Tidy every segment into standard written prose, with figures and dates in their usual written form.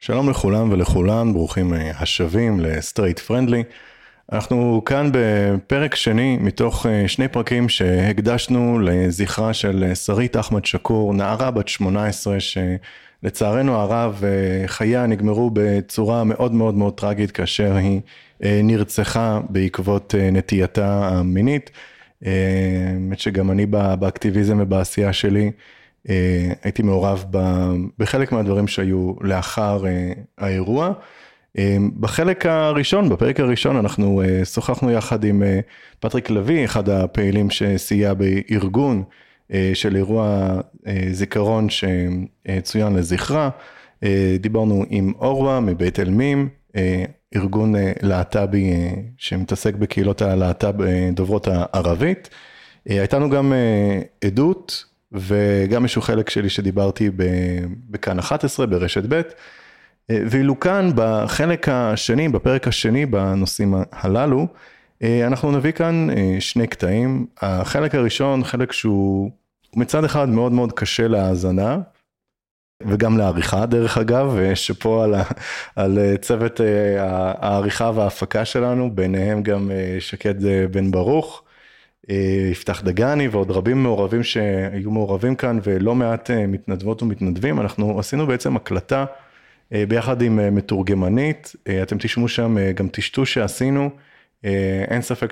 שלום לכולם ולכולן, ברוכים השבים לסטרייט פרנדלי. אנחנו כאן בפרק שני מתוך שני פרקים שהקדשנו לזכרה של שרית אחמד שקור, נערה בת 18 שלצערנו הרב חייה נגמרו בצורה מאוד מאוד מאוד טרגית כאשר היא נרצחה בעקבות נטייתה המינית. האמת שגם אני באקטיביזם ובעשייה שלי הייתי מעורב בחלק מהדברים שהיו לאחר האירוע. בחלק הראשון, בפרק הראשון, אנחנו שוחחנו יחד עם פטריק לוי, אחד הפעילים שסייע בארגון של אירוע זיכרון שצוין לזכרה. דיברנו עם אורווה מבית אלמים, ארגון להט"בי שמתעסק בקהילות הלהט"ב דוברות הערבית. הייתנו גם עדות וגם איזשהו חלק שלי שדיברתי בכאן 11 ברשת ב'. ואילו כאן בחלק השני, בפרק השני בנושאים הללו, אנחנו נביא כאן שני קטעים. החלק הראשון, חלק שהוא מצד אחד מאוד מאוד קשה להאזנה, וגם לעריכה דרך אגב, שפה על צוות העריכה וההפקה שלנו, ביניהם גם שקד בן ברוך, יפתח דגני ועוד רבים מעורבים שהיו מעורבים כאן, ולא מעט מתנדבות ומתנדבים. אנחנו עשינו בעצם הקלטה ביחד עם מתורגמנית, אתם תשמעו שם גם טשטוש שעשינו, אין ספק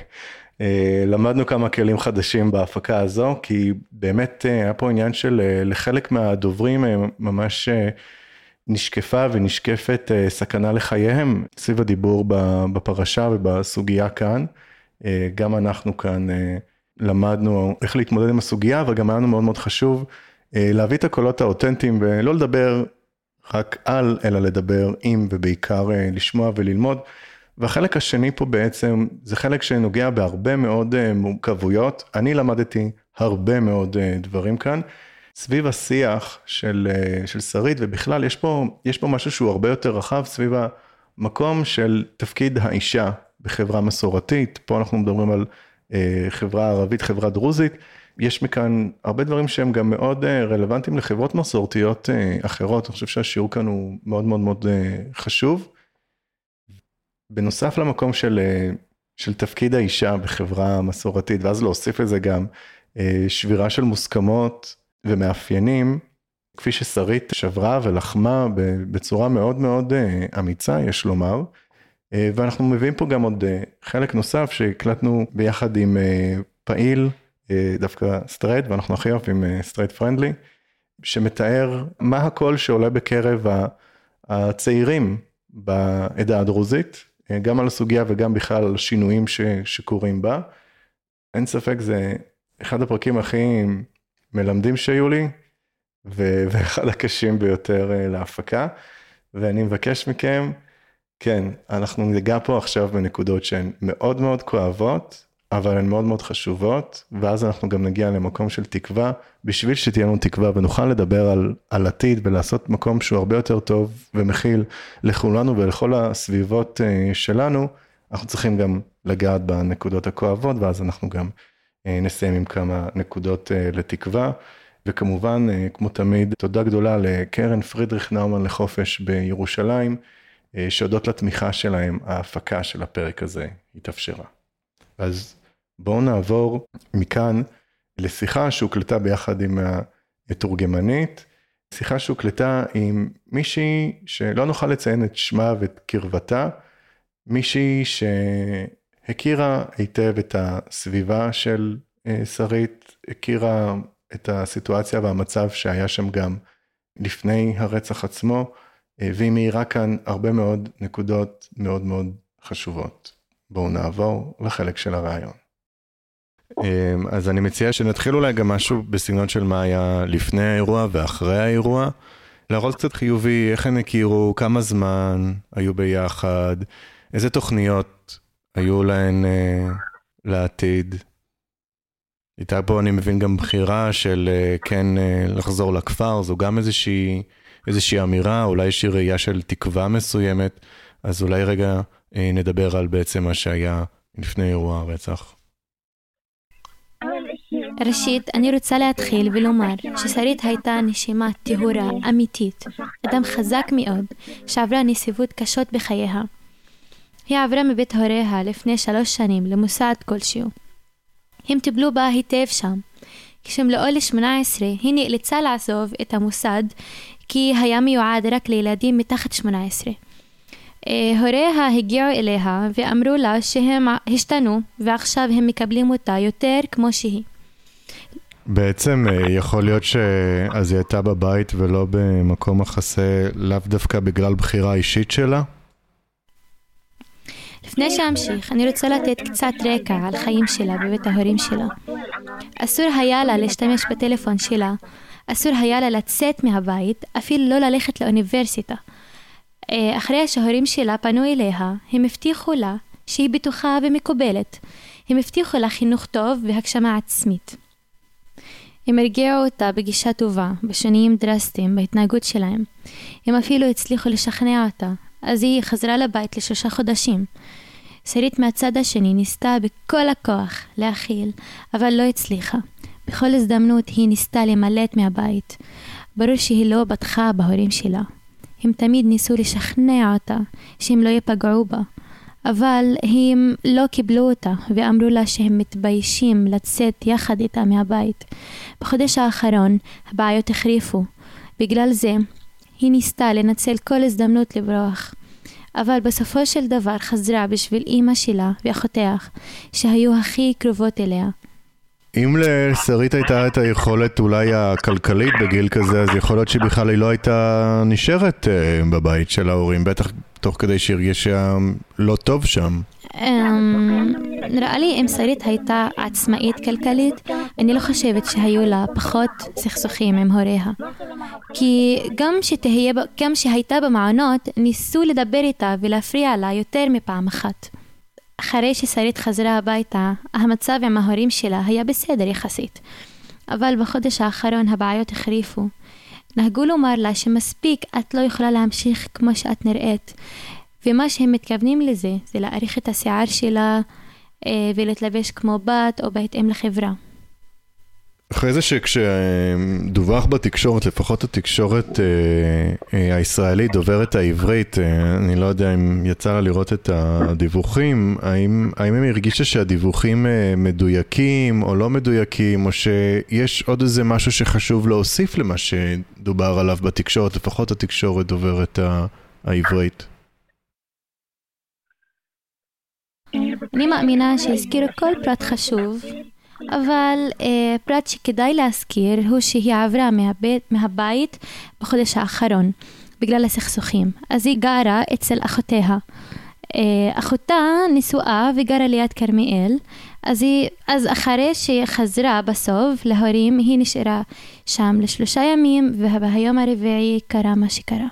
שלמדנו כמה כלים חדשים בהפקה הזו, כי באמת היה פה עניין של לחלק מהדוברים ממש נשקפה ונשקפת סכנה לחייהם, סביב הדיבור בפרשה ובסוגיה כאן. גם אנחנו כאן למדנו איך להתמודד עם הסוגיה, אבל גם היה לנו מאוד מאוד חשוב להביא את הקולות האותנטיים ולא לדבר רק על, אלא לדבר עם ובעיקר לשמוע וללמוד. והחלק השני פה בעצם זה חלק שנוגע בהרבה מאוד מורכבויות. אני למדתי הרבה מאוד דברים כאן סביב השיח של שרית, ובכלל יש פה משהו שהוא הרבה יותר רחב סביב המקום של תפקיד האישה בחברה מסורתית. פה אנחנו מדברים על חברה ערבית, חברה דרוזית. יש מכאן הרבה דברים שהם גם מאוד רלוונטיים לחברות מסורתיות אחרות. אני חושב שהשיעור כאן הוא מאוד מאוד מאוד חשוב. בנוסף למקום של תפקיד האישה בחברה מסורתית, ואז להוסיף לזה גם שבירה של מוסכמות ומאפיינים, כפי ששרית שברה ולחמה בצורה מאוד מאוד אמיצה, יש לומר. ואנחנו מביאים פה גם עוד חלק נוסף שהקלטנו ביחד עם פעיל, דווקא סטרייט, ואנחנו הכי אוהבים סטרייט פרנדלי, שמתאר מה הקול שעולה בקרב הצעירים בעדה הדרוזית, גם על הסוגיה וגם בכלל על השינויים שקורים בה. אין ספק, זה אחד הפרקים הכי מלמדים שהיו לי, ואחד הקשים ביותר להפקה, ואני מבקש מכם, כן, אנחנו ניגע פה עכשיו בנקודות שהן מאוד מאוד כואבות, אבל הן מאוד מאוד חשובות, ואז אנחנו גם נגיע למקום של תקווה, בשביל שתהיה לנו תקווה, ונוכל לדבר על עתיד, ולעשות מקום שהוא הרבה יותר טוב ומכיל לכולנו ולכל הסביבות שלנו. אנחנו צריכים גם לגעת בנקודות הכואבות, ואז אנחנו גם נסיים עם כמה נקודות לתקווה, וכמובן, כמו תמיד, תודה גדולה לקרן פרידריך נאומן לחופש בירושלים, שהודות לתמיכה שלהם, ההפקה של הפרק הזה התאפשרה. אז בואו נעבור מכאן לשיחה שהוקלטה ביחד עם התורגמנית, שיחה שהוקלטה עם מישהי שלא נוכל לציין את שמה ואת קרבתה, מישהי שהכירה היטב את הסביבה של שרית, הכירה את הסיטואציה והמצב שהיה שם גם לפני הרצח עצמו, והיא מאירה כאן הרבה מאוד נקודות מאוד מאוד חשובות. בואו נעבור לחלק של הרעיון. אז אני מציע שנתחיל אולי גם משהו בסגנון של מה היה לפני האירוע ואחרי האירוע. להראות קצת חיובי, איך הם הכירו, כמה זמן היו ביחד, איזה תוכניות היו להן לעתיד. איתה פה אני מבין גם בחירה של כן לחזור לכפר, זו גם איזושהי אמירה, אולי איזושהי ראייה של תקווה מסוימת, אז אולי רגע נדבר על בעצם מה שהיה לפני אירוע הרצח. אבל ראשית, אני רוצה להתחיל ולומר ששרית הייתה נשימה טהורה, אמיתית, אדם חזק מאוד, שעברה נסיבות קשות בחייה. היא עברה מבית הוריה לפני 3 שנים למוסד כלשהו. הם טיפלו בה היטב שם. כשמלאו ל-18, היא נאלצה לעזוב את המוסד כי היה מיועד רק לילדים מתחת 18. הוריה הגיעו אליה ואמרו לה שהם השתנו ועכשיו הם מקבלים אותה יותר כמו שהיא. בעצם יכול להיות שאז היא הייתה בבית ולא במקום החסה, לאו דווקא בגלל בחירה אישית שלה? לפני שאמשיך, אני רוצה לתת קצת רקע על חיים שלה בבית ההורים שלה. אסור היה לה להשתמש בטלפון שלה, אסור היה לה לצאת מהבית, אפילו לא ללכת לאוניברסיטה. אחרי שההורים שלה פנו אליה, הם הבטיחו לה שהיא בטוחה ומקובלת. הם הבטיחו לה חינוך טוב והגשמה עצמית. הם הרגיעו אותה בגישה טובה, בשינויים דרסטיים בהתנהגות שלהם. הם אפילו הצליחו לשכנע אותה, אז היא חזרה לבית ל3 חודשים. שרית מהצד השני ניסתה בכל הכוח להכיל, אבל לא הצליחה. בכל הזדמנות היא ניסתה למלט מהבית. ברור שהיא לא בטחה בהורים שלה. הם תמיד ניסו לשכנע אותה שהם לא יפגעו בה. אבל הם לא קיבלו אותה ואמרו לה שהם מתביישים לצאת יחד איתה מהבית. בחודש האחרון הבעיות החריפו. בגלל זה היא ניסתה לנצל כל הזדמנות לברוח. אבל בסופו של דבר חזרה בשביל אמא שלה ואחותיה שהיו הכי קרובות אליה. אם לשרית הייתה את היכולת אולי הכלכלית בגיל כזה, אז יכול להיות שבכלל היא לא הייתה נשארת בבית של ההורים, בטח תוך כדי שהרגישה לא טוב שם. נראה לי אם שרית הייתה עצמאית כלכלית, אני לא חושבת שהיו לה פחות סכסוכים עם הוריה. כי גם שהייתה במעונות, ניסו לדבר איתה ולהפריע לה יותר מפעם אחת. אחרי ששרית חזרה הביתה, המצב עם ההורים שלה היה בסדר יחסית. אבל בחודש האחרון הבעיות החריפו. נהגו לומר לה שמספיק את לא יכולה להמשיך כמו שאת נראית. ומה שהם מתכוונים לזה, זה להאריך את השיער שלה ולהתלבש כמו בת או בהתאם לחברה. אחרי זה שכשדווח בתקשורת, לפחות התקשורת הישראלית דוברת העברית, אני לא יודע אם יצא לה לראות את הדיווחים, האם הם הרגישה שהדיווחים מדויקים או לא מדויקים, או שיש עוד איזה משהו שחשוב להוסיף למה שדובר עליו בתקשורת, לפחות התקשורת דוברת העברית? אני מאמינה שהזכירו כל פרט חשוב, אבל פרט שכדאי להזכיר הוא שהיא עברה מהבית בחודש האחרון בגלל הסכסוכים. אז היא גרה אצל אחותיה. אחותה נשואה וגרה ליד כרמיאל. אז אחרי שהיא חזרה בסוף להורים, היא נשארה שם ל3 ימים, וביום הרביעי קרה מה שקרה.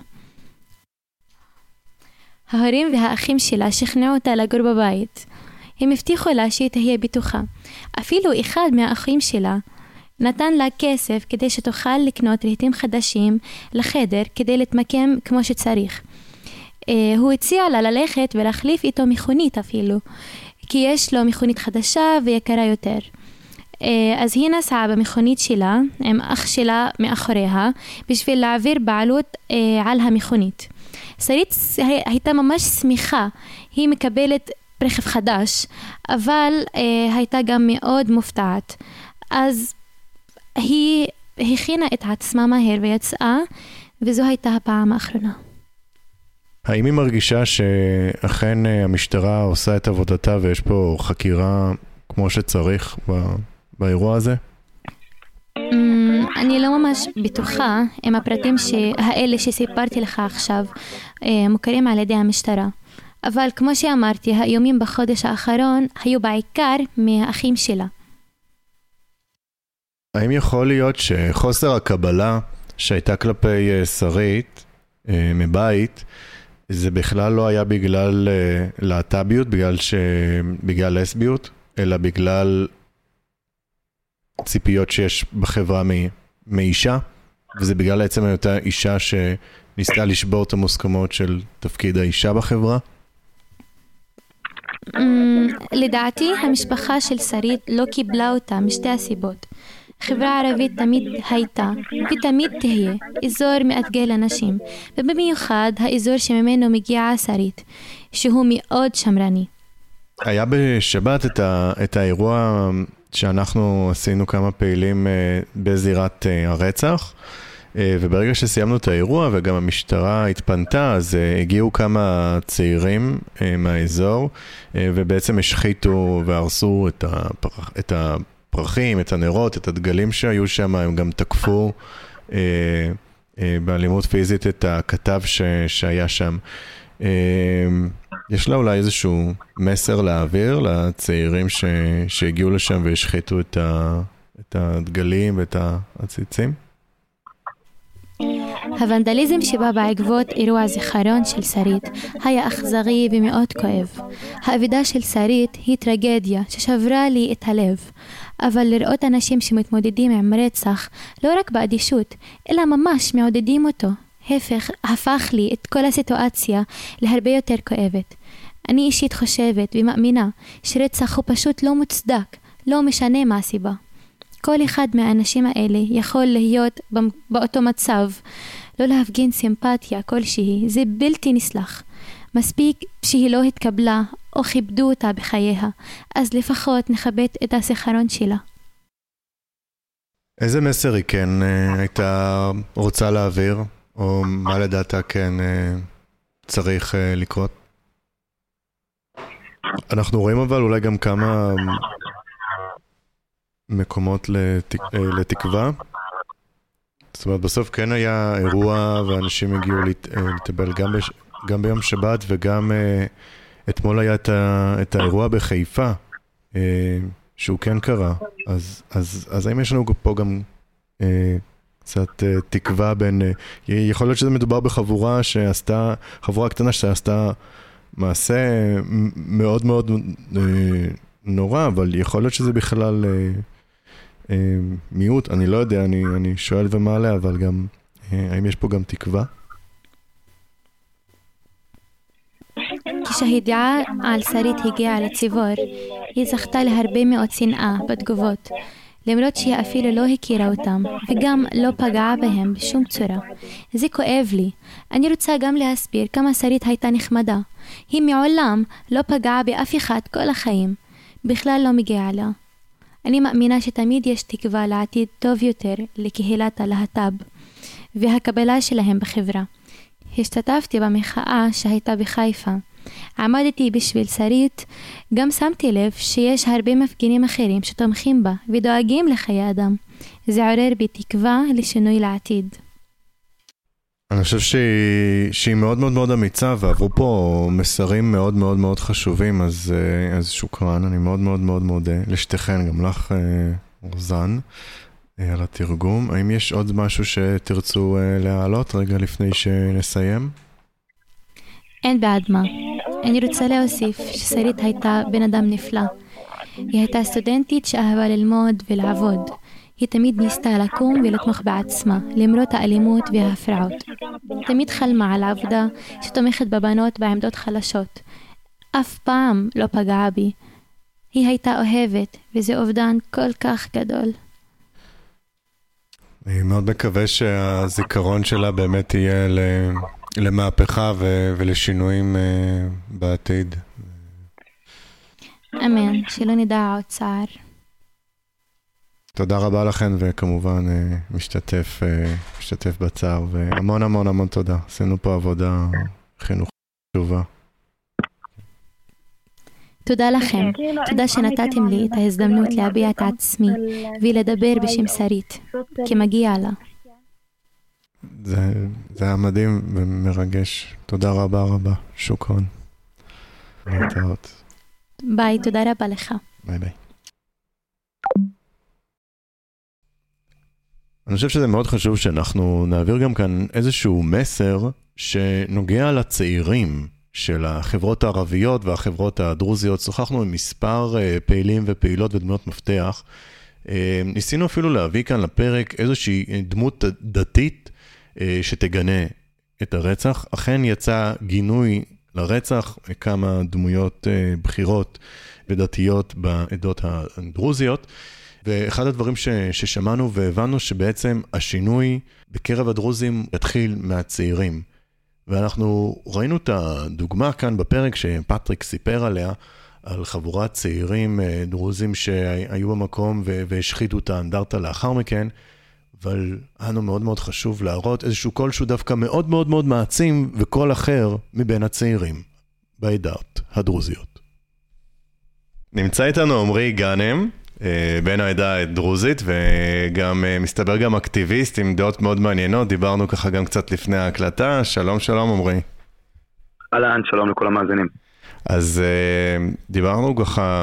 ההורים והאחים שלה שכנעו אותה לגור בבית. הם הבטיחו לה שהיא תהיה בטוחה. אפילו אחד מהאחים שלה נתן לה כסף כדי שתוכל לקנות רהיטים חדשים לחדר כדי להתמקם כמו שצריך. הוא הציע לה ללכת ולהחליף איתו מכונית אפילו, כי יש לו מכונית חדשה ויקרה יותר. אז היא נסעה במכונית שלה עם אח שלה מאחוריה בשביל להעביר בעלות על המכונית. שרית הייתה ממש שמחה, היא מקבלת רכב חדש, אבל הייתה גם מאוד מופתעת. אז היא הכינה את עצמה מהר ויצאה, וזו הייתה הפעם האחרונה. האם היא מרגישה שאכן המשטרה עושה את עבודתה ויש פה חקירה כמו שצריך באירוע הזה? אני לא ממש בטוחה אם הפרטים האלה שסיפרתי לך עכשיו מוכרים על ידי המשטרה. אבל כמו שאמרתי, האיומים בחודש האחרון היו בעיקר מהאחים שלה. האם יכול להיות שחוסר הקבלה שהייתה כלפי שרית מבית, זה בכלל לא היה בגלל להט"ביות, בגלל לסביות, אלא בגלל ציפיות שיש בחברה מאישה, וזה בגלל עצם היותה אישה שניסתה לשבור את המוסכמות של תפקיד האישה בחברה? לדעתי, המשפחה של שרית לא קיבלה אותה משתי הסיבות. חברה ערבית תמיד הייתה ותמיד תהיה אזור מאתגר לנשים, ובמיוחד האזור שממנו מגיעה שרית, שהוא מאוד שמרני. היה בשבת את האירוע שאנחנו עשינו כמה פעילים בזירת הרצח, וברגע שסיימנו את האירוע וגם המשטרה התפנתה, אז הגיעו כמה צעירים מהאזור, ובעצם השחיתו והרסו את הפרחים, את הנרות, את הדגלים שהיו שם. הם גם תקפו באלימות פיזית את הכתב שהיה שם. יש לה אולי איזשהו מסר להעביר לצעירים שהגיעו לשם והשחיתו את הדגלים ואת העציצים? הוונדליזם שבא בעקבות אירוע זיכרון של שרית היה אכזרי ומאוד כואב. האבדה של שרית היא טרגדיה ששברה לי את הלב, אבל לראות אנשים שמתמודדים עם רצח לא רק באדישות, אלא ממש מעודדים אותו, הפך לי את כל הסיטואציה להרבה יותר כואבת. אני אישית חושבת ומאמינה שרצח הוא פשוט לא מוצדק, לא משנה מה הסיבה. כל אחד מהאנשים האלה יכול להיות באותו מצב, לא להפגין סימפתיה כלשהי, זה בלתי נסלח. מספיק שהיא לא התקבלה או כיבדו אותה בחייה, אז לפחות נכבד את הזיכרון שלה. איזה מסר היא כן הייתה רוצה להעביר, או מה לדעתה כן צריך לקרות? אנחנו רואים אבל אולי גם כמה מקומות לתקווה. זאת אומרת, בסוף כן היה אירוע ואנשים הגיעו לטבל גם ביום שבת, וגם אתמול היה את האירוע בחיפה שהוא כן קרה. אז האם יש לנו פה גם קצת תקווה בין, יכול להיות שזה מדובר בחבורה שעשתה, חבורה קטנה שעשתה מעשה מאוד מאוד נורא, אבל יכול להיות שזה בכלל מיעוט, אני לא יודע, אני שואל ומעלה, אבל גם, האם יש פה גם תקווה? כשהידיעה על שרית הגיעה לציבור, היא זכתה להרבה מאוד שנאה בתגובות, למרות שהיא אפילו לא הכירה אותם, וגם לא פגעה בהם בשום צורה. זה כואב לי. אני רוצה גם להסביר כמה שרית הייתה נחמדה. היא מעולם לא פגעה באף אחד כל החיים. בכלל לא מגיעה לה. אני מאמינה שתמיד יש תקווה לעתיד טוב יותר לקהילת הלהט"ב, והקבלה שלהם בחברה. השתתפתי במחאה שהייתה בחיפה. עמדתי בשביל שרית, גם שמתי לב שיש הרבה מפגינים אחרים שתומכים בה ודואגים לחיי אדם. זה עורר בי תקווה לשינוי לעתיד. אני חושב שהיא מאוד מאוד מאוד אמיצה, ועברו פה מסרים מאוד מאוד מאוד חשובים, אז שוקרן, אני מאוד מאוד מאוד מודה לשתיכן, גם לך רוזן, על התרגום. האם יש עוד משהו שתרצו להעלות רגע לפני שנסיים? אין בעד מה. אני רוצה להוסיף ששרית הייתה בן אדם נפלא. היא הייתה סטודנטית שאהבה ללמוד ולעבוד. היא תמיד ניסתה לקום ולתמוך בעצמה, למרות האלימות וההפרעות. תמיד חלמה על עבודה שתומכת בבנות בעמדות חלשות. אף פעם לא פגעה בי. היא הייתה אוהבת, וזה אובדן כל כך גדול. אני מאוד מקווה שהזיכרון שלה באמת יהיה למהפכה ולשינויים בעתיד. אמן, שלא נדע עוד צער. תודה רבה לכן, וכמובן משתתף בצער, והמון המון המון תודה. עשינו פה עבודה חינוך חשובה. תודה לכם, תודה שנתתם לי את ההזדמנות להביע את עצמי ולדבר בשם שרית, כי מגיע לה. זה היה מדהים ומרגש. תודה רבה רבה. שוקרן. להתראות. ביי, תודה רבה לך. ביי ביי. אני חושב שזה מאוד חשוב שאנחנו נעביר גם כאן איזשהו מסר שנוגע לצעירים של החברות הערביות והחברות הדרוזיות. שוחחנו עם מספר פעילים ופעילות ודמות מפתח. ניסינו אפילו להביא כאן לפרק איזושהי דמות דתית שתגנה את הרצח. אכן יצא גינוי לרצח, כמה דמויות בחירות ודתיות בעדות הדרוזיות, ואחד הדברים ששמענו והבנו שבעצם השינוי בקרב הדרוזים יתחיל מהצעירים. ואנחנו ראינו את הדוגמה כאן בפרק שפטריק סיפר עליה, על חבורת צעירים דרוזים שהיו במקום והשחיתו את האנדרטה לאחר מכן, אבל לנו מאוד מאוד חשוב להראות איזשהו קול שהוא דווקא מאוד מאוד מאוד מעצים וקול אחר מבין הצעירים בעדות הדרוזיות. נמצא איתנו עמרי גאנם, בן העדה הדרוזית, וגם מסתבר גם אקטיביסט עם דעות מאוד מעניינות. דיברנו ככה גם קצת לפני ההקלטה. שלום שלום עמרי. אהלן, שלום לכל המאזינים. אז דיברנו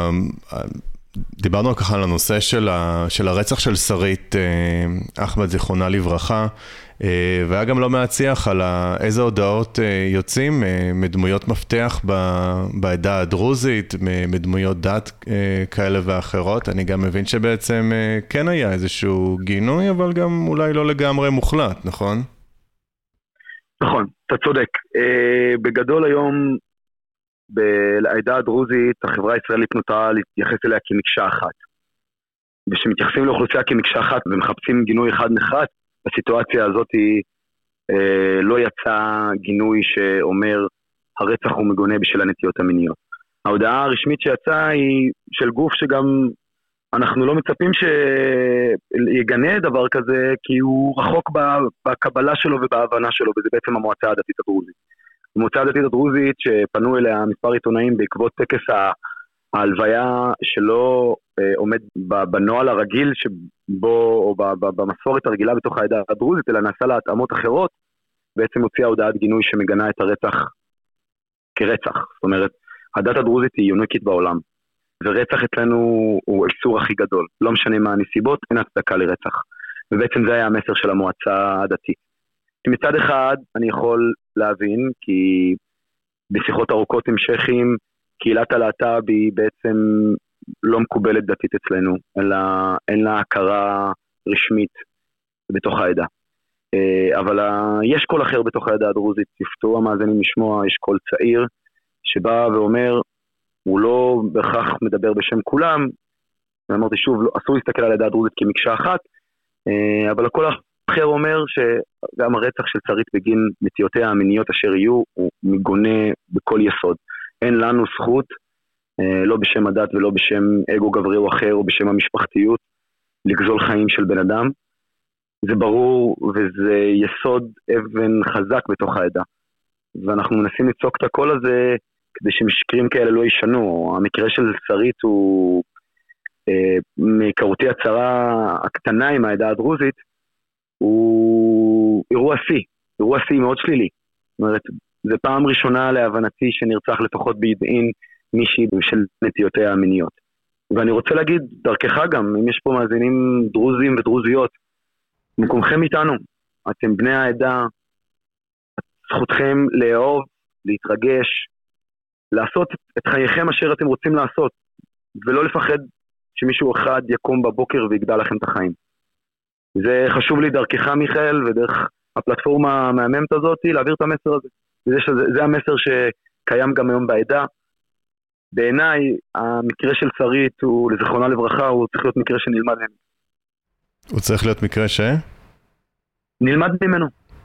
ככה על הנושא של הרצח של שרית אחמד זיכרונה לברכה, והיה גם לא מעט שיח על איזה הודעות יוצאים מדמויות מפתח בעדה הדרוזית, מדמויות דת כאלה ואחרות. אני גם מבין שבעצם כן היה איזשהו גינוי, אבל גם אולי לא לגמרי מוחלט, נכון? נכון, אתה צודק. בגדול היום בעדה הדרוזית החברה הישראלית נוטה להתייחס אליה כמקשה אחת. ושמתייחסים לאוכלוסייה כמקשה אחת ומחפשים גינוי אחד נחרץ, בסיטואציה הזאת לא יצא גינוי שאומר הרצח הוא מגונה בשל הנטיות המיניות. ההודעה הרשמית שיצאה היא של גוף שגם אנחנו לא מצפים שיגנה דבר כזה, כי הוא רחוק בקבלה שלו ובהבנה שלו, וזה בעצם המועצה הדתית הדרוזית. המועצה הדתית הדרוזית שפנו אליה מספר עיתונאים בעקבות טקס ההלוויה שלא עומד בנועל הרגיל שבו, או במסורת הרגילה בתוך העדה הדרוזית, אלא נעשה לה התאמות אחרות, בעצם הוציאה הודעת גינוי שמגנה את הרצח כרצח. זאת אומרת, הדת הדרוזית היא יוניקית בעולם, ורצח אצלנו הוא האיסור הכי גדול. לא משנה מה הנסיבות, אין הצדקה לרצח. ובעצם זה היה המסר של המועצה הדתית. מצד אחד אני יכול להבין, כי בשיחות ארוכות עם שייחים, קהילת הלהט"ב היא בעצם לא מקובלת דתית אצלנו, אלא אין לה הכרה רשמית בתוך העדה. אבל יש קול אחר בתוך העדה הדרוזית, תפתו המאזינים לשמוע, יש קול צעיר שבא ואומר, הוא לא בהכרח מדבר בשם כולם, ואמרתי שוב, אסור להסתכל על העדה הדרוזית כמקשה אחת, אבל הקול אחר אומר שגם הרצח של שרית בגין נטיותיה המיניות אשר יהיו, הוא מגונה בכל יסוד. אין לנו זכות, לא בשם הדת ולא בשם אגו גברי או אחר, או בשם המשפחתיות, לגזול חיים של בן אדם. זה ברור, וזה יסוד אבן חזק בתוך העדה. ואנחנו מנסים לצוק את הקול הזה, כדי שמשקרים כאלה לא יישנו. המקרה של שרית הוא, מהיכרותי הצרה הקטנה עם העדה הדרוזית, הוא אירוע שיא מאוד שלילי. זאת אומרת, זה פעם ראשונה להבנתי שנרצח לפחות ביודעין מישהי של נטיותיה המיניות. ואני רוצה להגיד דרכך גם, אם יש פה מאזינים דרוזים ודרוזיות, מקומכם איתנו, אתם בני העדה, זכותכם לאהוב, להתרגש, לעשות את חייכם אשר אתם רוצים לעשות, ולא לפחד שמישהו אחד יקום בבוקר ויגדל לכם את החיים. זה חשוב לי דרכך מיכאל, ודרך הפלטפורמה המהממת הזאת, להעביר את המסר הזה. זה המסר שקיים גם היום בעדה. בעיניי, המקרה של שרית, הוא לזכרונה לברכה, הוא צריך להיות מקרה שנלמד ממנו. הוא צריך להיות מקרה ש? נלמד ממנו.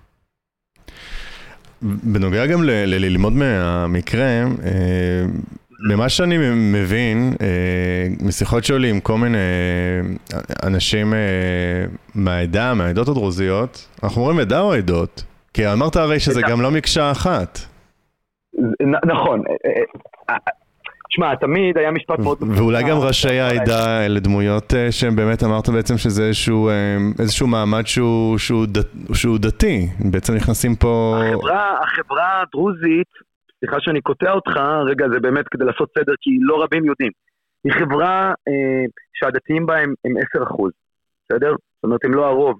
בנוגע גם ללמוד מהמקרה, ממה שאני מבין, משיחות שלי עם כל מיני אנשים מהעדות הדרוזיות, אנחנו אומרים עדה או עדות? כי אמרת הרי שזה גם לא מקשה אחת. נכון. תשמע, תמיד היה משפט מאוד... ואולי גם ראשי העדה אלה דמויות שהם באמת אמרת בעצם שזה איזשהו מעמד שהוא דתי. בעצם נכנסים פה... החברה הדרוזית, סליחה שאני קוטע אותך, רגע, זה באמת כדי לעשות סדר, כי לא רבים יודעים. היא חברה שהדתיים בה הם 10%, בסדר? זאת אומרת, הם לא הרוב.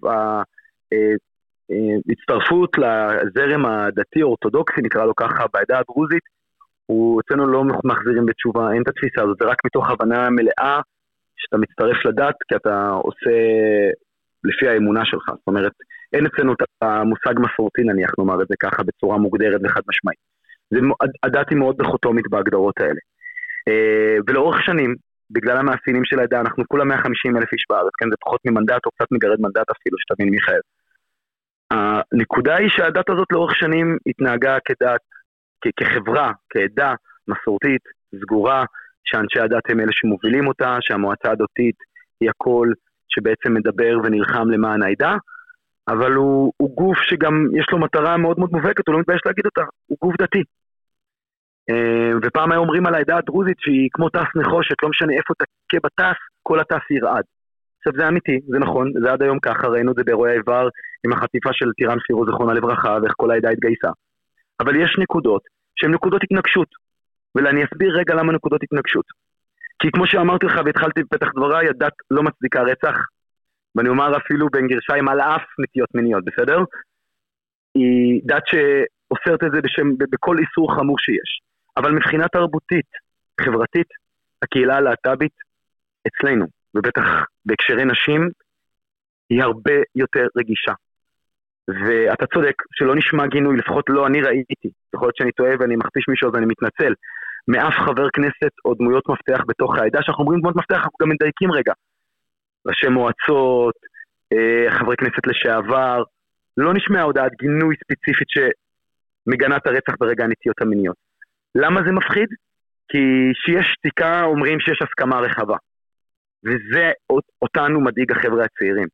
הצטרפות לזרם הדתי-אורתודוקסי, נקרא לו ככה, בעדה הדרוזית, הוא אצלנו לא מחזירים בתשובה, אין את התפיסה הזאת, זה רק מתוך הבנה מלאה שאתה מצטרף לדת, כי אתה עושה לפי האמונה שלך. זאת אומרת, אין אצלנו את המושג מסורתי, נניח נאמר את זה ככה, בצורה מוגדרת וחד משמעית. הדת היא מאוד דיכוטומית בהגדרות האלה. ולאורך שנים, בגלל המאפיינים של העדה, אנחנו כולה 150,000 איש בארץ, כן, זה פחות ממנדט או קצת מגרד מנדט אפילו, שתבין מיכאל. הנקודה היא שהדת הזאת לאורך שנים התנהגה כדת, כחברה, כעדה מסורתית, סגורה, שאנשי הדת הם אלה שמובילים אותה, שהמועצה הדתית היא הכל שבעצם מדבר ונלחם למען העדה, אבל הוא גוף שגם יש לו מטרה מאוד מאוד מובהקת, הוא לא מתבייש להגיד אותה, הוא גוף דתי. ופעם היו אומרים על העדה הדרוזית שהיא כמו טס נחושת, לא משנה איפה תכה בטס, כל הטס ירעד. עכשיו זה אמיתי, זה נכון, זה עד היום ככה, ראינו את זה באירועי האיבר עם החטיפה של טירן פירו זכרונה לברכה, ואיך כל העדה התגייסה. אבל יש נקודות שהן נקודות התנגשות, ואני אסביר רגע למה נקודות התנגשות. כי כמו שאמרתי לך והתחלתי בפתח דבריי, הדת לא מצדיקה רצח, ואני אומר אפילו בין גרשיים על אף נטיות מיניות, בסדר? היא דת שאוסרת את זה בכל איסור חמור שיש. אבל מבחינה תרבותית, חברתית, הקהילה הלהט"בית אצלנו, ובטח בהקשרי נשים, היא הרבה יותר רגישה. ואתה צודק, שלא נשמע גינוי, לפחות לא אני ראיתי, יכול להיות שאני טועה ואני מכפיש מישהו אז אני מתנצל, מאף חבר כנסת או דמויות מפתח בתוך העדה, שאנחנו אומרים דמות מפתח, אנחנו גם מדייקים רגע. ראשי מועצות, חברי כנסת לשעבר, לא נשמע הודעת גינוי ספציפית שמגנה את הרצח ברגע הנטיות המיניות. למה זה מפחיד? כי שיש שתיקה אומרים שיש הסכמה רחבה. וזה אותנו מדאיג החבר'ה הצעירים.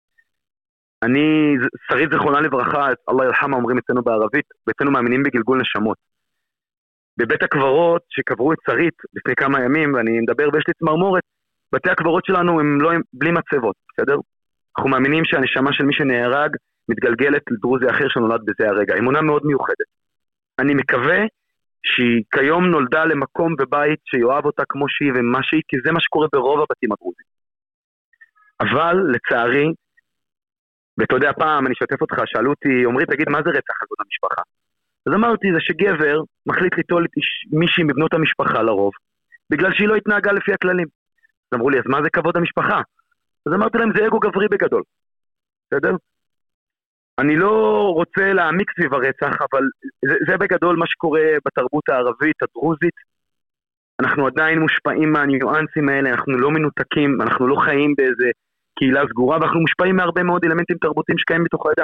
שרית זכרונה לברכה, אללה ירחמה אומרים אצלנו בערבית, ואצלנו מאמינים בגלגול נשמות. בבית הקברות שקברו את שרית לפני כמה ימים, ואני מדבר ויש לי צמרמורת, בתי הקברות שלנו הם בלי מצבות, בסדר? אנחנו מאמינים שהנשמה של מי שנהרג מתגלגלת לדרוזי אחר שנולד בזה הרגע. אמונה מאוד מיוחדת. אני מקווה שהיא כיום נולדה למקום בבית שיואב אותה כמו שהיא ומה שהיא, כי זה מה שקורה ברוב הבתים הדרוזים. אבל לצערי, ואתה יודע פעם, אני אשתף אותך, שאלו אותי, אומרי, תגיד, מה זה רצח כבוד המשפחה? אז אמרתי, זה שגבר מחליט ליטול את מישהי מבנות המשפחה לרוב, בגלל שהיא לא התנהגה לפי הכללים. אז אמרו לי, אז מה זה כבוד המשפחה? אז אמרתי להם, זה אגו גברי בגדול. בסדר? אני לא רוצה להעמיק סביב הרצח, אבל זה בגדול מה שקורה בתרבות הערבית, הדרוזית. אנחנו עדיין מושפעים מהניואנסים האלה, אנחנו לא מנותקים, אנחנו לא חיים באיזה קהילה סגורה, ואנחנו מושפעים מהרבה מאוד אלמנטים תרבותיים שקיים בתוך העדה.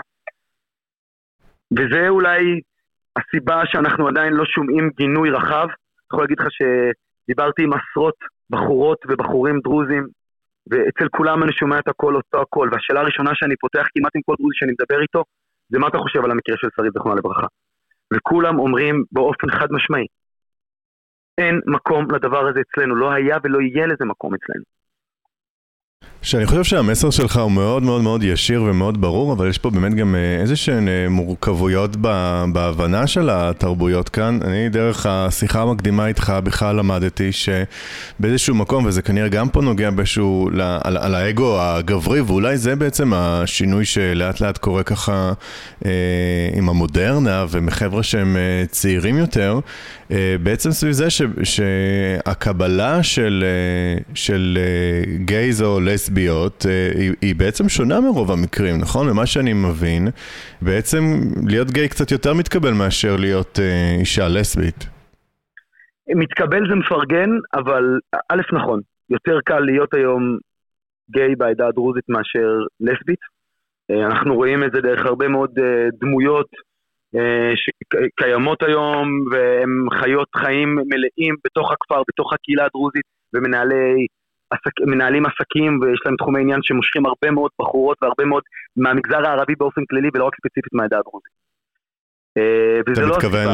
וזה אולי הסיבה שאנחנו עדיין לא שומעים גינוי רחב. אני יכול להגיד לך שדיברתי עם עשרות בחורות ובחורים דרוזים, ואצל כולם אני שומע את הכל אותו הכל, והשאלה הראשונה שאני פותח כמעט עם כל דרוזי שאני מדבר איתו, זה מה אתה חושב על המקרה של שרית זכרונה לברכה. וכולם אומרים באופן חד משמעי, אין מקום לדבר הזה אצלנו, לא היה ולא יהיה לזה מקום אצלנו. שאני חושב שהמסר שלך הוא מאוד מאוד מאוד ישיר ומאוד ברור, אבל יש פה באמת גם איזשהן מורכבויות בהבנה של התרבויות כאן. אני דרך השיחה המקדימה איתך בכלל למדתי שבאיזשהו מקום, וזה כנראה גם פה נוגע באיזשהו על האגו הגברי, ואולי זה בעצם השינוי שלאט לאט קורה ככה עם המודרנה ומחבר'ה שהם צעירים יותר, בעצם סביב זה שהקבלה של גייז או לסביות היא בעצם שונה מרוב המקרים, נכון? ממה שאני מבין, בעצם להיות גיי קצת יותר מתקבל מאשר להיות אישה לסבית. מתקבל זה מפרגן, אבל א' נכון, יותר קל להיות היום גיי בעדה הדרוזית מאשר לסבית. אנחנו רואים את זה דרך הרבה מאוד דמויות שקיימות היום, והם חיות חיים מלאים בתוך הכפר, בתוך הקהילה הדרוזית, ומנהלים עסקים, ויש להם תחומי עניין שמושכים הרבה מאוד בחורות, והרבה מאוד מהמגזר הערבי באופן כללי, ולא רק ספציפית מהעדה הדרוזית. אתה מתכוון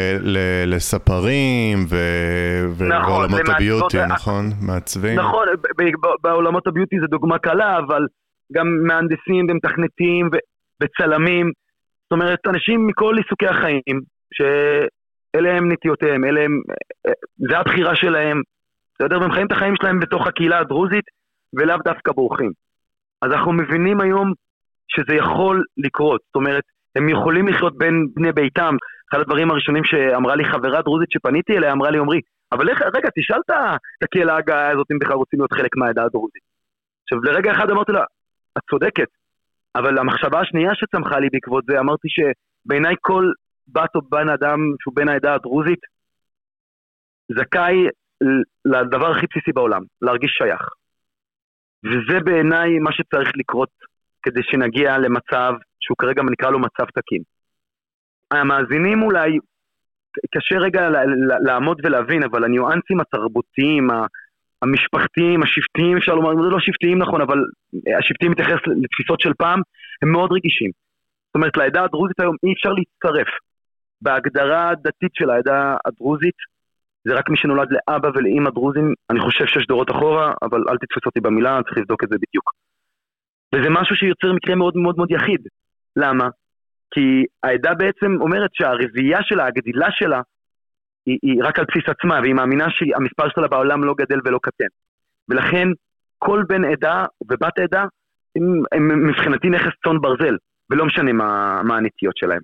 לספרים ובעולמות הביוטי, נכון? מעצבים? נכון, בעולמות הביוטי זה דוגמה קלה, אבל גם מהנדסים ומתכנתים וצלמים, זאת אומרת, אנשים מכל עיסוקי החיים, שאלה הם נטיותיהם, זה הבחירה שלהם, והם חיים את החיים שלהם בתוך הקהילה הדרוזית, ולאו דווקא בורחים. אז אנחנו מבינים היום שזה יכול לקרות, זאת אומרת, הם יכולים לחיות בין בני ביתם. אחד הדברים הראשונים שאמרה לי חברה דרוזית שפניתי אליה, אמרה לי, אומרי, אבל רגע, תשאל את הקהילה הגאה הזאת אם בכלל רוצים להיות חלק מהעדה הדרוזית. עכשיו, לרגע אחד אמרתי לה, את צודקת, אבל המחשבה השנייה שצמחה לי בעקבות זה, אמרתי שבעיניי כל בת או בן אדם שהוא בן העדה הדרוזית, זכאי לדבר הכי בסיסי בעולם, להרגיש שייך. וזה בעיניי מה שצריך לקרות כדי שנגיע למצב שהוא כרגע נקרא לו מצב תקין. המאזינים אולי קשה רגע לעמוד ולהבין, אבל הניואנסים התרבותיים, המשפחתיים, השבטיים, אפשר לומר, זה לא שבטיים נכון, אבל השבטיים מתייחס לתפיסות של פעם, הם מאוד רגישים. זאת אומרת, לעדה הדרוזית היום אי אפשר להצטרף. בהגדרה הדתית של העדה הדרוזית, זה רק מי שנולד לאבא ולאמא דרוזים, אני חושב 6 דורות אחורה, אבל אל תתפס אותי במילה, צריך לבדוק את זה בדיוק. וזה משהו שיוצר מקרה מאוד מאוד מאוד יחיד. למה? כי העדה בעצם אומרת שהרבייה שלה, הגדילה שלה, היא רק על בסיס עצמה, והיא מאמינה שהמספר שלה בעולם לא גדל ולא קטן. ולכן כל בן עדה ובת עדה, הם מבחינתי נכס צאן ברזל, ולא משנה מה הנטיות שלהם.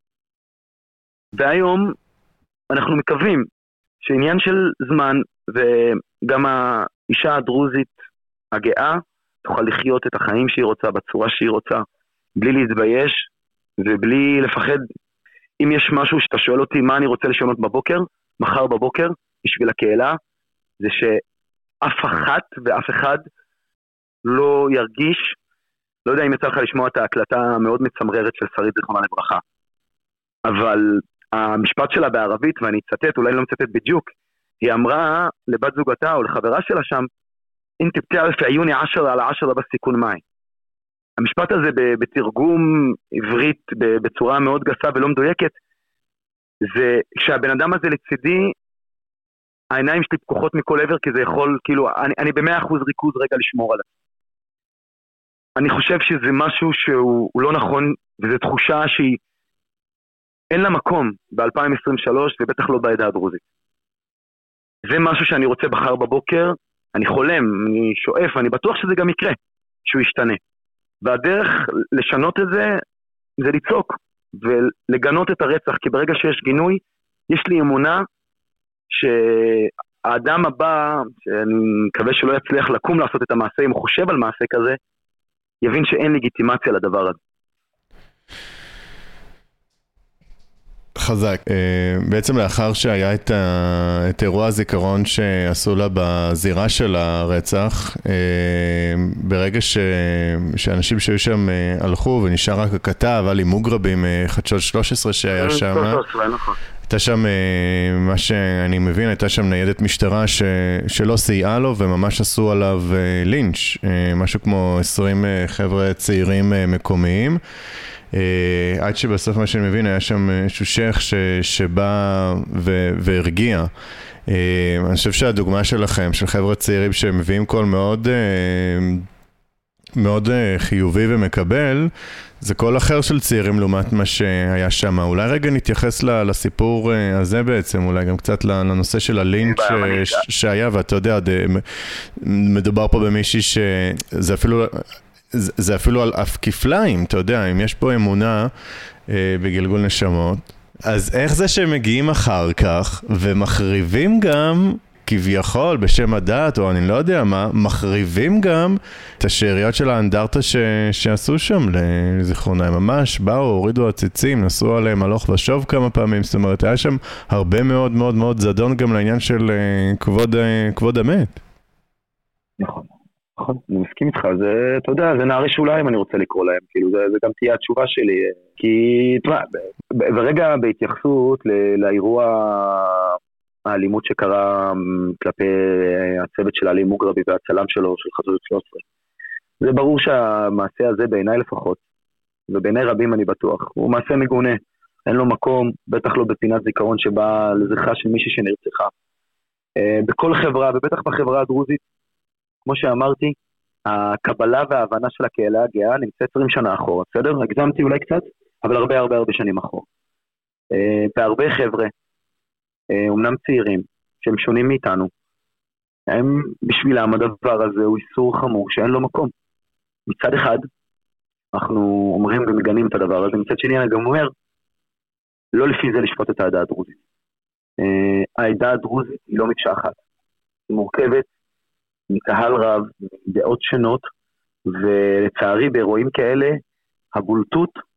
והיום אנחנו מקווים שעניין של זמן, וגם האישה הדרוזית הגאה, תוכל לחיות את החיים שהיא רוצה, בצורה שהיא רוצה, בלי להתבייש, ובלי לפחד. אם יש משהו שאתה שואל אותי מה אני רוצה לשנות בבוקר, מחר בבוקר, בשביל הקהילה, זה שאף אחת ואף אחד לא ירגיש, לא יודע אם יצא לך לשמוע את ההקלטה המאוד מצמררת של שרית זיכרונה לברכה, אבל המשפט שלה בערבית, ואני אצטט, אולי לא מצטט בדיוק, היא אמרה לבת זוגתה או לחברה שלה שם, אינתי בתערף עיוני 10 על 10 בסיכון מאי. המשפט הזה בתרגום עברית בצורה מאוד גסה ולא מדויקת, זה כשהבן אדם הזה לצידי, העיניים שלי פקוחות מכל עבר, כי זה יכול, כאילו, אני ב100% ריכוז רגע לשמור עליו. אני חושב שזה משהו שהוא לא נכון, וזו תחושה שהיא, אין לה מקום ב-2023, ובטח לא בעדה הדרוזית. זה משהו שאני רוצה בחר בבוקר, אני חולם, אני שואף, אני בטוח שזה גם יקרה, שהוא ישתנה. והדרך לשנות את זה, זה לצעוק, ולגנות את הרצח, כי ברגע שיש גינוי, יש לי אמונה שהאדם הבא, שאני מקווה שלא יצליח לקום לעשות את המעשה, אם הוא חושב על מעשה כזה, יבין שאין לגיטימציה לדבר הזה. חזק. בעצם לאחר שהיה את אירוע הזיכרון שעשו לה בזירה של הרצח, ברגע שאנשים שהיו שם הלכו ונשאר רק הכתב, עלי מוגרבי מחדשות 13 שהיה שם, הייתה שם, מה שאני מבין, הייתה שם ניידת משטרה שלא סייעה לו וממש עשו עליו לינץ', משהו כמו 20 חבר'ה צעירים מקומיים. עד שבסוף מה שאני מבין היה שם איזשהו שייך שבא והרגיע. אני חושב שהדוגמה שלכם, של חבר'ה צעירים שמביאים קול מאוד מאוד חיובי ומקבל, זה קול אחר של צעירים לעומת מה שהיה שם. אולי רגע נתייחס לסיפור הזה בעצם, אולי גם קצת לנושא של הלינץ' שהיה, ואתה יודע, מדובר פה במישהי שזה אפילו... זה אפילו על אף כפליים, אתה יודע, אם יש פה אמונה בגלגול נשמות, אז איך זה שהם מגיעים אחר כך ומחריבים גם, כביכול בשם הדת, או אני לא יודע מה, מחריבים גם את השאריות של האנדרטה שעשו שם לזיכרונה. הם ממש באו, הורידו הציצים, נסעו עליהם הלוך ושוב כמה פעמים, זאת אומרת, היה שם הרבה מאוד מאוד מאוד זדון גם לעניין של כבוד המת. נכון. נכון, אני מסכים איתך, זה, אתה יודע, זה נערי שוליים אני רוצה לקרוא להם, כאילו, זה גם תהיה התשובה שלי, כי, תראה, ורגע בהתייחסות לאירוע האלימות שקרה כלפי הצוות של עלי מוגרבי והצלם שלו, של חדשות 13, זה ברור שהמעשה הזה בעיניי לפחות, ובעיני רבים אני בטוח, הוא מעשה מגונה, אין לו מקום, בטח לא בפינת זיכרון שבא לזכרה של מישהי שנרצחה. בכל חברה, ובטח בחברה הדרוזית, כמו שאמרתי, הקבלה וההבנה של הקהילה הגאה נמצאת 20 שנה אחורה, בסדר? הגזמתי אולי קצת, אבל הרבה הרבה הרבה שנים אחורה. והרבה חבר'ה, אומנם צעירים, שהם שונים מאיתנו, הם בשבילם הדבר הזה הוא איסור חמור שאין לו מקום. מצד אחד, אנחנו אומרים ומגנים את הדבר הזה, מצד שני אני גם אומר, לא לפי זה לשפוט את העדה הדרוזית. העדה הדרוזית היא לא מקשה אחת, היא מורכבת, מקהל רב, דעות שונות, ולצערי באירועים כאלה, הבולטות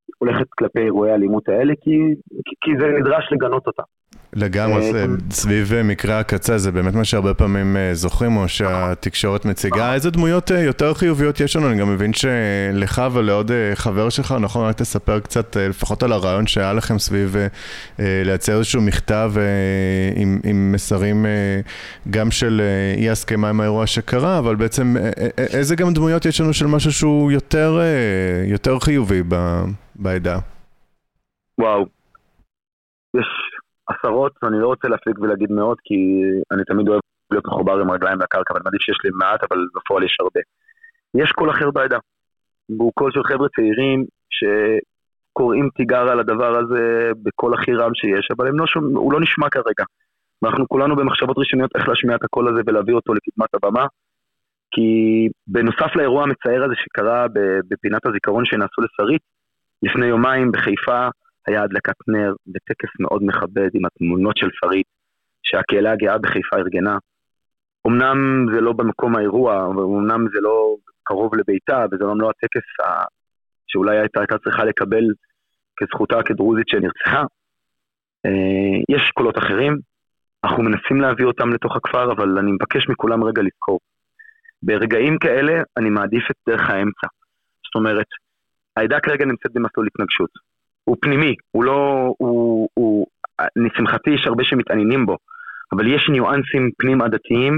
הולכת כלפי אירועי האלימות האלה, כי זה נדרש לגנות אותה. לגמרי, סביב מקרה הקצה, זה באמת מה שהרבה פעמים זוכרים, או שהתקשורת מציגה. איזה דמויות יותר חיוביות יש לנו? אני גם מבין שלך ולעוד חבר שלך, נכון, רק תספר קצת, לפחות על הרעיון שהיה לכם סביב לייצר איזשהו מכתב עם מסרים גם של אי הסכמה עם האירוע שקרה, אבל בעצם איזה גם דמויות יש לנו של משהו שהוא יותר חיובי בעדה? וואו, יש עשרות, אני לא רוצה להפליג ולהגיד מאות, כי אני תמיד אוהב להיות מחובר עם רגליים לקרקע, אבל מעדיף שיש לי מעט, אבל בפועל יש הרבה. יש קול אחר בעדה, והוא קול של חבר'ה צעירים שקוראים תיגר על הדבר הזה בקול הכי רם שיש, אבל הוא לא נשמע כרגע. ואנחנו כולנו במחשבות ראשוניות איך להשמיע את הקול הזה ולהביא אותו לקדמת הבמה, כי בנוסף לאירוע המצער הזה שקרה בפינת הזיכרון שנעשו לשרית, לפני יומיים בחיפה, היה הדלקת נר בטקס מאוד מכבד עם התמונות של שרית שהקהילה הגאה בחיפה ארגנה. אמנם זה לא במקום האירוע, ואומנם זה לא קרוב לביתה, וזה לא הטקס שאולי הייתה צריכה לקבל כזכותה כדרוזית שנרצחה. יש קולות אחרים, אנחנו מנסים להביא אותם לתוך הכפר, אבל אני מבקש מכולם רגע לזכור. ברגעים כאלה אני מעדיף את דרך האמצע. זאת אומרת, העדה כרגע נמצאת במסלול התנגשות. הוא פנימי, לשמחתי יש הרבה שמתעניינים בו, אבל יש ניואנסים פנים עדתיים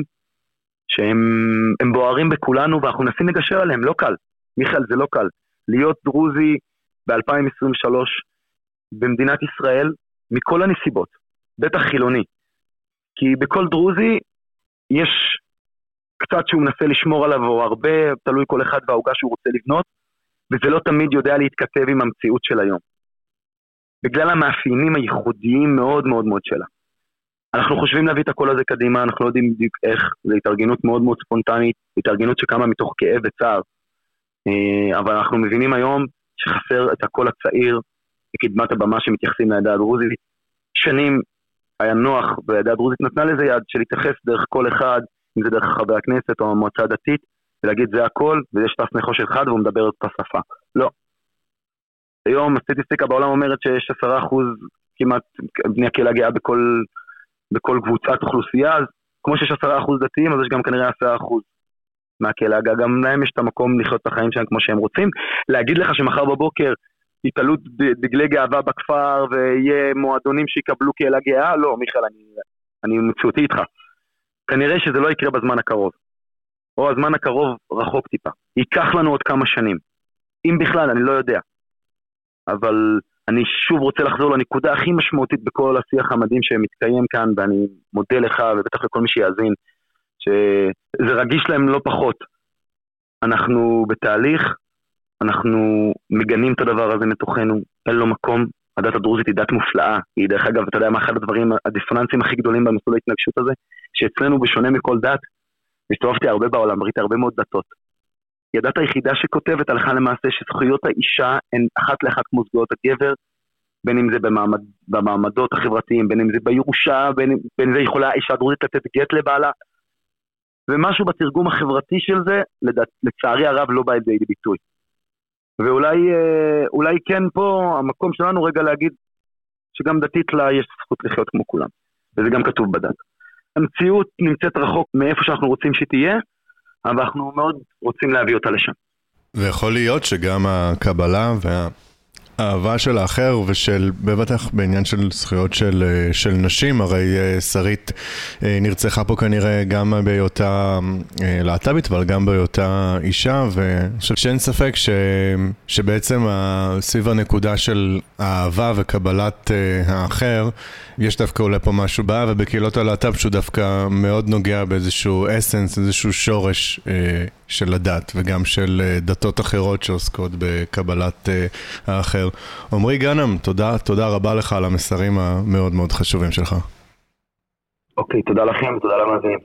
שהם בוערים בכולנו, ואנחנו מנסים לגשר עליהם. לא קל, מיכאל, זה לא קל להיות דרוזי ב-2023 במדינת ישראל מכל הנסיבות, בטח חילוני, כי בכל דרוזי יש קצת שהוא מנסה לשמור עליו, או הרבה, תלוי כל אחד והעוגה שהוא רוצה לבנות, וזה לא תמיד יודע להתכתב עם המציאות של היום. בגלל המאפיינים הייחודיים מאוד מאוד מאוד שלה. אנחנו חושבים להביא את הקול הזה קדימה, אנחנו לא יודעים בדיוק איך, זו התארגנות מאוד מאוד ספונטנית, התארגנות שקמה מתוך כאב וצער, אבל אנחנו מבינים היום שחסר את הקול הצעיר, בקדמת הבמה שמתייחסים לעדה הדרוזית. שנים היה נוח, והעדה הדרוזית נתנה לזה יד, של להתייחס דרך כל אחד, אם זה דרך חבר הכנסת או המועצה הדתית, ולהגיד זה הכל, ויש תס נחוש אחד והוא מדבר את השפה. לא. היום הסטטיסטיקה בעולם אומרת שיש 10% כמעט בני הקהילה גאה בכל קבוצת אוכלוסייה, אז כמו שיש 10% דתיים, אז יש גם כנראה 10% מהקהילה הגאה, גם להם יש את המקום לחיות את החיים שלהם כמו שהם רוצים. להגיד לך שמחר בבוקר יתעלו דגלי גאווה בכפר, ויהיה מועדונים שיקבלו קהילה גאה? לא, מיכאל, אני מציאותי איתך. כנראה שזה לא יקרה בזמן הקרוב. או הזמן הקרוב רחוק טיפה. ייקח לנו עוד כמה שנים. אם בכלל, אני לא יודע. אבל אני שוב רוצה לחזור לנקודה הכי משמעותית בכל השיח המדהים שמתקיים כאן, ואני מודה לך ובטח לכל מי שיאזין, שזה רגיש להם לא פחות. אנחנו בתהליך, אנחנו מגנים את הדבר הזה מתוכנו, אין לו מקום. הדת הדרוזית היא דת מופלאה, היא דרך אגב, אתה יודע מה אחד הדברים, הדיסוננסים הכי גדולים במסלול ההתנגשות הזה, שאצלנו בשונה מכל דת, הסתובבתי הרבה בעולם, ראיתי הרבה מאוד דתות. היא הדת היחידה שכותבת הלכה למעשה שזכויות האישה הן אחת לאחת כמו זכויות הגבר, בין אם זה במעמדות החברתיים, בין אם זה בירושה, בין אם זה יכולה האישה הדרוזית לתת גט לבעלה, ומשהו בתרגום החברתי של זה, לצערי הרב לא בא את זה לידי ביטוי. ואולי כן פה המקום שלנו רגע להגיד שגם דתית לה יש זכות לחיות כמו כולם, וזה גם כתוב בדת. המציאות נמצאת רחוק מאיפה שאנחנו רוצים שתהיה, אבל אנחנו מאוד רוצים להביא אותה לשם. ויכול להיות שגם הקבלה והאהבה של האחר ושל, בבטח בעניין של זכויות של נשים, הרי שרית נרצחה פה כנראה גם בהיותה להט"בית, אבל גם בהיותה אישה, ואני חושב שאין ספק שבעצם סביב הנקודה של האהבה וקבלת האחר, יש דווקא אולי פה משהו באהבה, ובקהילות הלהט"ב שהוא דווקא מאוד נוגע באיזשהו אסנס, איזשהו שורש של הדת, וגם של דתות אחרות שעוסקות בקבלת האחר. עמרי גנם, תודה רבה לך על המסרים המאוד מאוד חשובים שלך. אוקיי, תודה לכם, תודה למאזינים.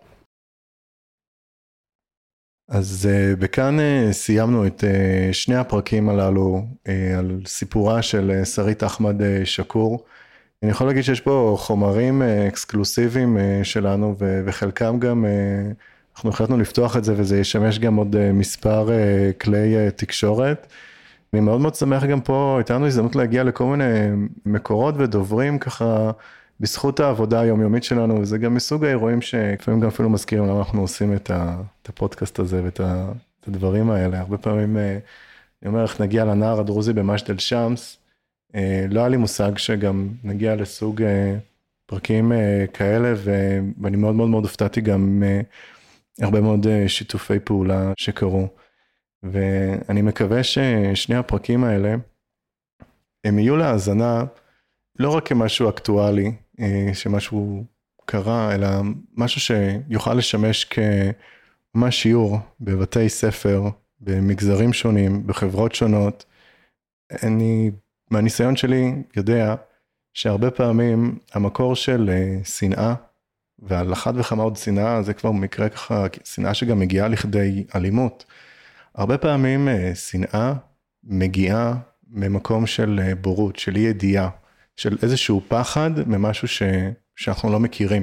אז בכאן סיימנו את שני הפרקים הללו על סיפורה של שרית אחמד שקור. אני יכול להגיד שיש פה חומרים אקסקלוסיביים שלנו, וחלקם גם אנחנו החלטנו לפתוח את זה, וזה ישמש גם עוד מספר כלי תקשורת. אני מאוד מאוד שמח גם פה, הייתה לנו הזדמנות להגיע לכל מיני מקורות ודוברים ככה, בזכות העבודה היומיומית שלנו, וזה גם מסוג האירועים שכפעמים גם אפילו מזכירים למה אנחנו עושים את הפודקאסט הזה ואת הדברים האלה. הרבה פעמים, אני אומר, איך נגיע לנער הדרוזי במג'דל שמס, לא היה לי מושג שגם נגיע לסוג פרקים כאלה, ואני מאוד מאוד מאוד הופתעתי גם הרבה מאוד שיתופי פעולה שקרו. ואני מקווה ששני הפרקים האלה, הם יהיו להאזנה לא רק כמשהו אקטואלי, שמשהו קרה, אלא משהו שיוכל לשמש כממש שיעור בבתי ספר, במגזרים שונים, בחברות שונות. אני, מהניסיון שלי, יודע שהרבה פעמים המקור של שנאה, ועל אחת וכמה עוד שנאה, זה כבר מקרה ככה, שנאה שגם מגיעה לכדי אלימות. הרבה פעמים שנאה מגיעה ממקום של בורות, של אי ידיעה, של איזשהו פחד ממשהו שאנחנו לא מכירים.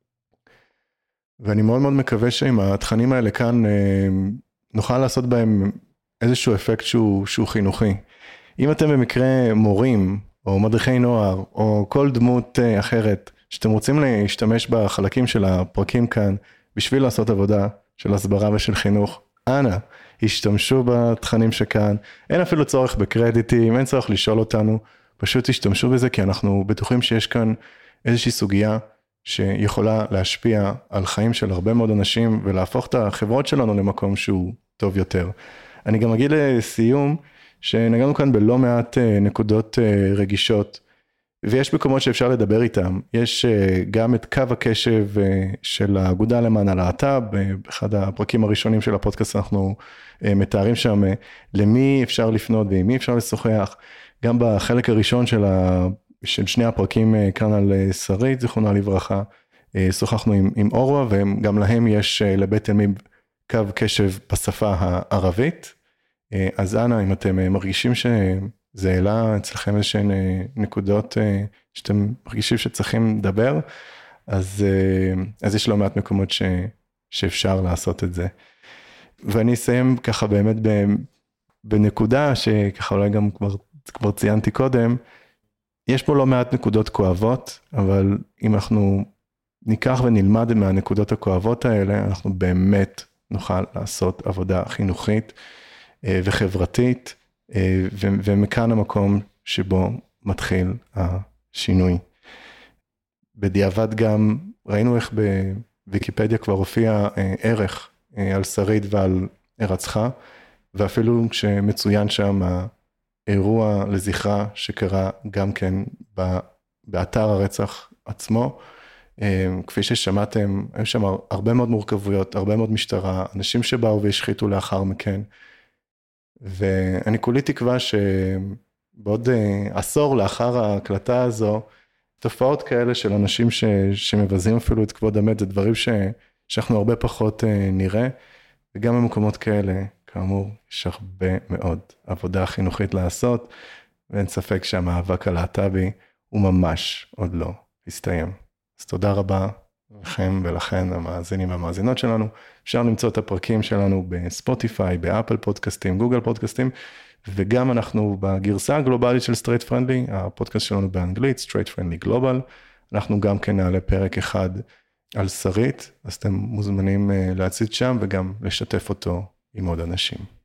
ואני מאוד מאוד מקווה שעם התכנים האלה כאן נוכל לעשות בהם איזשהו אפקט שהוא חינוכי. אם אתם במקרה מורים או מדריכי נוער או כל דמות אחרת שאתם רוצים להשתמש בחלקים של הפרקים כאן בשביל לעשות עבודה של הסברה ושל חינוך, אנא, השתמשו בתכנים שכאן, אין אפילו צורך בקרדיטים, אין צורך לשאול אותנו, פשוט תשתמשו בזה, כי אנחנו בטוחים שיש כאן איזושהי סוגיה שיכולה להשפיע על חיים של הרבה מאוד אנשים, ולהפוך את החברות שלנו למקום שהוא טוב יותר. אני גם אגיד לסיום, שנגענו כאן בלא מעט נקודות רגישות, ויש מקומות שאפשר לדבר איתם. יש גם את קו הקשב של האגודה למען הלהט"ב, באחד הפרקים הראשונים של הפודקאסט אנחנו מתארים שם למי אפשר לפנות ועם מי אפשר לשוחח. גם בחלק הראשון של שני הפרקים כאן על שרית, זיכרונה לברכה, שוחחנו עם אורווה, וגם להם יש לבית תלמיד קו קשב בשפה הערבית. אז אנא, אם אתם מרגישים שזה העלה אצלכם איזשהן נקודות שאתם מרגישים שצריכים לדבר, אז יש לא מעט מקומות שאפשר לעשות את זה. ואני אסיים ככה באמת בנקודה שככה אולי גם כבר ציינתי קודם, יש פה לא מעט נקודות כואבות, אבל אם אנחנו ניקח ונלמד מהנקודות הכואבות האלה, אנחנו באמת נוכל לעשות עבודה חינוכית וחברתית, ומכאן המקום שבו מתחיל השינוי. בדיעבד גם ראינו איך בוויקיפדיה כבר הופיע ערך על שרית ועל הרצחה, ואפילו כשמצוין שם האירוע לזכרה שקרה גם כן באתר הרצח עצמו, כפי ששמעתם, היו שם הרבה מאוד מורכבויות, הרבה מאוד משטרה, אנשים שבאו והשחיתו לאחר מכן, ואני כולי תקווה שבעוד עשור לאחר ההקלטה הזו, תופעות כאלה של אנשים שמבזים אפילו את כבוד המת, זה דברים שאנחנו הרבה פחות נראה, וגם במקומות כאלה, כאמור, יש הרבה מאוד עבודה חינוכית לעשות, ואין ספק שהמאבק הלהט"בי הוא ממש עוד לא הסתיים. אז תודה רבה לכם ולכן המאזינים והמאזינות שלנו. אפשר למצוא את הפרקים שלנו בספוטיפיי, באפל פודקאסטים, גוגל פודקאסטים, וגם אנחנו בגרסה הגלובלית של Straight Friendly, הפודקאסט שלנו באנגלית, Straight Friendly Global, אנחנו גם כן נעלה פרק אחד על שרית, אז אתם מוזמנים להציץ שם וגם לשתף אותו עם עוד אנשים.